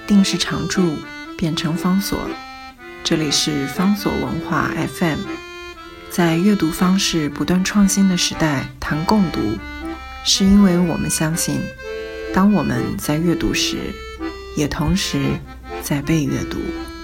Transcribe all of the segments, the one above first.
定是常驻，变成方所。这里是方所文化 FM， 在阅读方式不断创新的时代谈共读，是因为我们相信，当我们在阅读时，也同时在被阅读。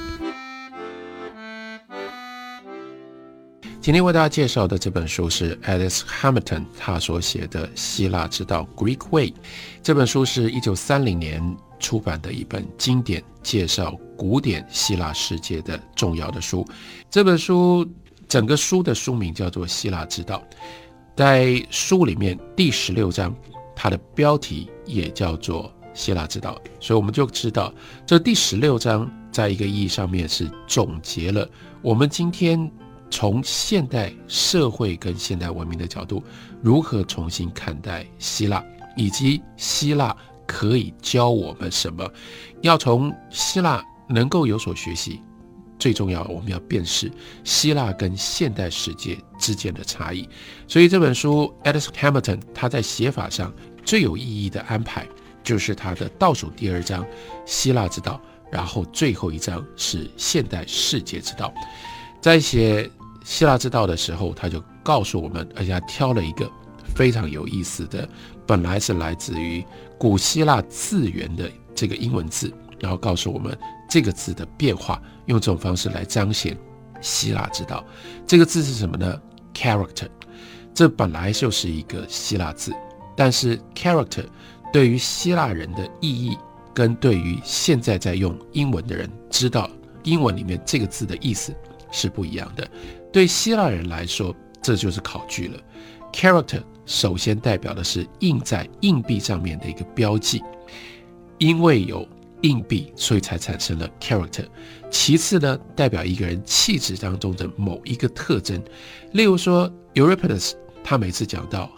今天为大家介绍的这本书是 Alex Hamilton 他所写的《希腊之道》 Greek Way。 这本书是1930年出版的一本经典介绍古典希腊世界的重要的书。这本书整个书的书名叫做《希腊之道》，在书里面第16章它的标题也叫做希腊之道，所以我们就知道这第16章在一个意义上面是总结了我们今天从现代社会跟现代文明的角度如何重新看待希腊，以及希腊可以教我们什么。要从希腊能够有所学习，最重要我们要辨识希腊跟现代世界之间的差异。所以这本书 Alex Hamilton 他在写法上最有意义的安排，就是他的倒数第2章希腊之道，然后最后一章是现代世界之道。在写希腊之道的时候，他就告诉我们，而且他挑了一个非常有意思的，本来是来自于古希腊字源的这个英文字，然后告诉我们这个字的变化，用这种方式来彰显希腊之道。这个字是什么呢？ Character。 这本来就是一个希腊字，但是 character 对于希腊人的意义，跟对于现在在用英文的人知道英文里面这个字的意思是不一样的。对希腊人来说，这就是考据了。 Character 首先代表的是印在硬币上面的一个标记，因为有硬币所以才产生了 character。 其次呢，代表一个人气质当中的某一个特征。例如说 Euripides 他每次讲到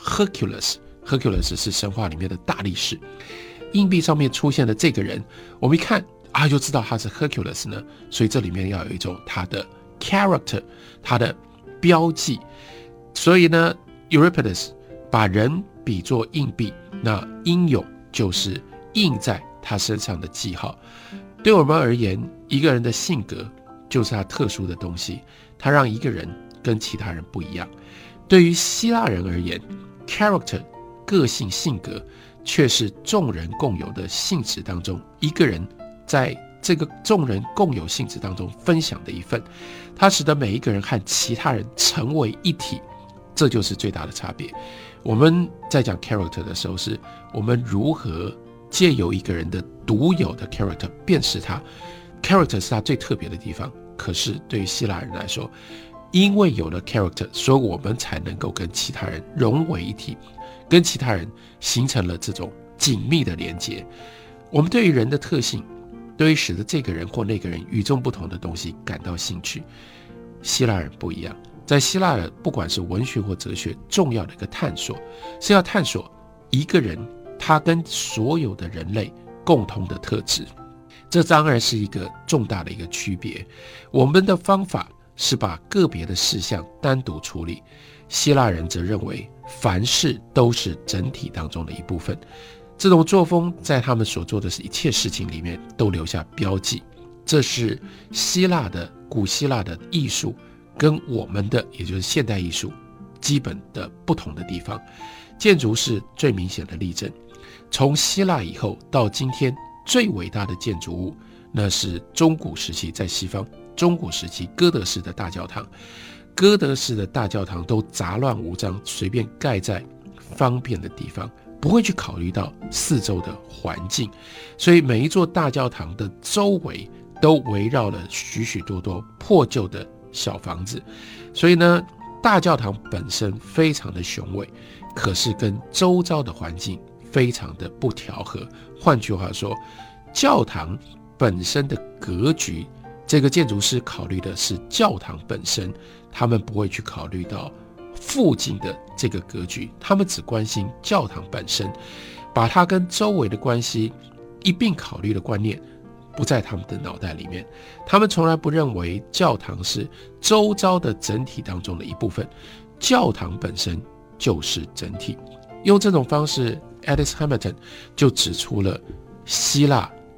Hercules 是神话里面的大力士，硬币上面出现的这个人，我们一看就知道他是 Hercules 呢，所以这里面要有一种他的 character， 他的标记。所以呢 Euripides 把人比作硬币，那英勇就是印在他身上的记号。对我们而言，一个人的性格就是他特殊的东西，他让一个人跟其他人不一样。对于希腊人而言， character 个性性格却是众人共有的性质当中，一个人在这个众人共有性质当中分享的一份，它使得每一个人和其他人成为一体，这就是最大的差别。我们在讲 character 的时候，是我们如何借由一个人的独有的 character 辨识他。 character 是他最特别的地方，可是对于希腊人来说，因为有了 character， 所以我们才能够跟其他人融为一体，跟其他人形成了这种紧密的连结。我们对于人的特性，对于使得这个人或那个人与众不同的东西感到兴趣。希腊人不一样，在希腊人不管是文学或哲学，重要的一个探索是要探索一个人他跟所有的人类共同的特质。这当然是一个重大的一个区别。我们的方法是把个别的事项单独处理，希腊人则认为凡事都是整体当中的一部分。这种作风在他们所做的一切事情里面都留下标记，这是古希腊的艺术跟我们的也就是现代艺术基本的不同的地方。建筑是最明显的例证。从希腊以后到今天，最伟大的建筑物那是中古时期，在西方中古时期哥德式的大教堂。哥德式的大教堂都杂乱无章，随便盖在方便的地方，不会去考虑到四周的环境，所以每一座大教堂的周围都围绕了许许多多破旧的小房子。所以呢，大教堂本身非常的雄伟，可是跟周遭的环境非常的不调和。换句话说，教堂本身的格局，这个建筑师考虑的是教堂本身，他们不会去考虑到附近的这个格局，他们只关心教堂本身，把它跟周围的关系一并考虑的观念不在他们的脑袋里面。他们从来不认为教堂是周遭的整体当中的一部分，教堂本身就是整体。用这种方式 Alex Hamilton 就指出了希腊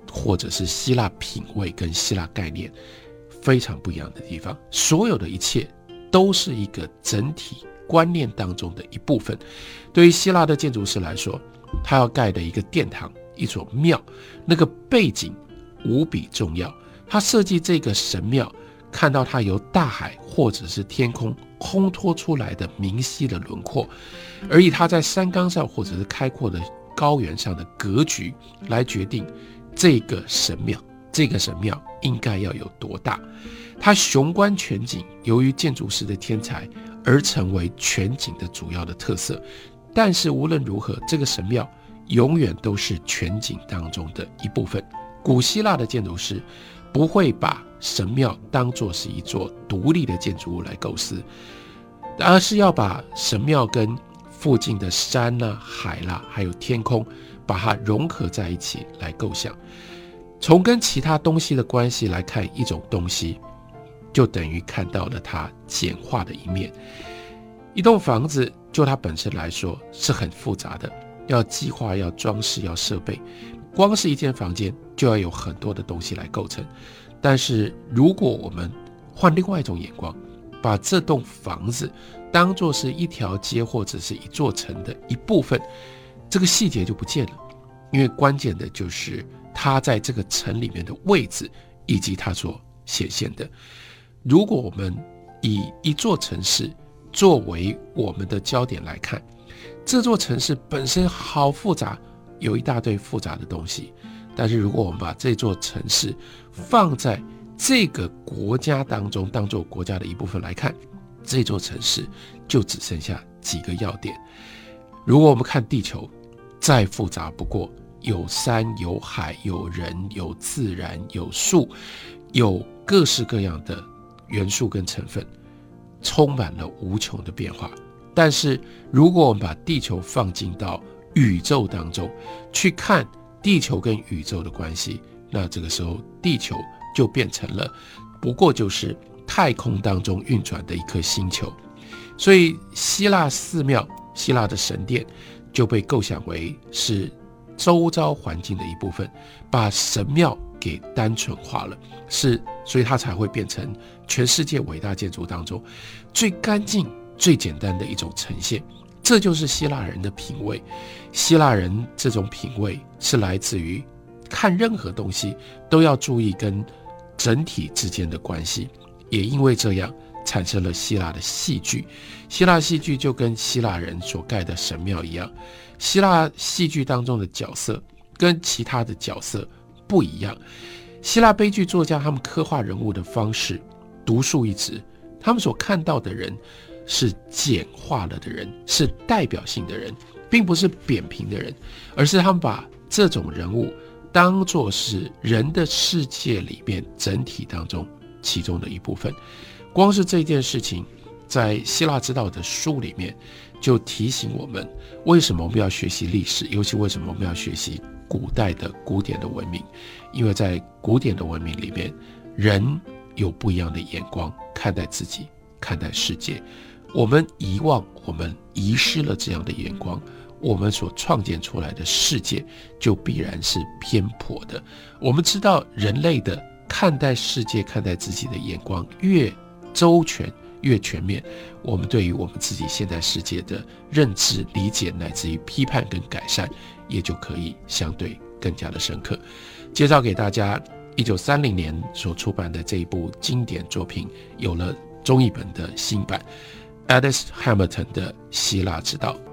或者是希腊品味跟希腊概念非常不一样的地方。所有的一切都是一个整体观念当中的一部分。对于希腊的建筑师来说，他要盖的一个殿堂，一所庙，那个背景无比重要。他设计这个神庙，看到它由大海或者是天空烘托出来的明晰的轮廓，而以它在山岗上或者是开阔的高原上的格局来决定这个神庙应该要有多大。它雄观全景，由于建筑师的天才而成为全景的主要的特色。但是无论如何，这个神庙永远都是全景当中的一部分。古希腊的建筑师不会把神庙当作是一座独立的建筑物来构思，而是要把神庙跟附近的山啦、海啦，还有天空，把它融合在一起来构想。从跟其他东西的关系来看一种东西，就等于看到了它简化的一面。一栋房子就它本身来说是很复杂的，要计划，要装饰，要设备，光是一间房间就要有很多的东西来构成。但是如果我们换另外一种眼光，把这栋房子当作是一条街或者是一座城的一部分，这个细节就不见了。因为关键的就是它在这个城里面的位置以及它所显现的。如果我们以一座城市作为我们的焦点来看，这座城市本身好复杂，有一大堆复杂的东西。但是如果我们把这座城市放在这个国家当中，当作国家的一部分来看，这座城市就只剩下几个要点。如果我们看地球，再复杂不过，有山有海有人有自然有树，有各式各样的元素跟成分，充满了无穷的变化。但是如果我们把地球放进到宇宙当中去看地球跟宇宙的关系，那这个时候地球就变成了不过就是太空当中运转的一颗星球。所以希腊寺庙，希腊的神殿就被构想为是周遭环境的一部分，把神庙给单纯化了，所以它才会变成全世界伟大建筑当中最干净最简单的一种呈现。这就是希腊人的品味。希腊人这种品味是来自于看任何东西都要注意跟整体之间的关系，也因为这样产生了希腊的戏剧。希腊戏剧就跟希腊人所盖的神庙一样，希腊戏剧当中的角色跟其他的角色不一样。希腊悲剧作家他们刻画人物的方式独树一帜，他们所看到的人是简化了的人，是代表性的人，并不是扁平的人，而是他们把这种人物当作是人的世界里面整体当中其中的一部分。光是这件事情，在希腊之道的书里面就提醒我们，为什么我们要学习历史，尤其为什么我们要学习古代的古典的文明。因为在古典的文明里面，人有不一样的眼光看待自己，看待世界。我们遗忘，我们遗失了这样的眼光，我们所创建出来的世界就必然是偏颇的。我们知道人类的看待世界，看待自己的眼光越周全越全面，我们对于我们自己现在世界的认知理解，乃至于批判跟改善，也就可以相对更加的深刻。介绍给大家1930年所出版的这一部经典作品，有了中译本的新版， Alex Hamilton 的希腊之道。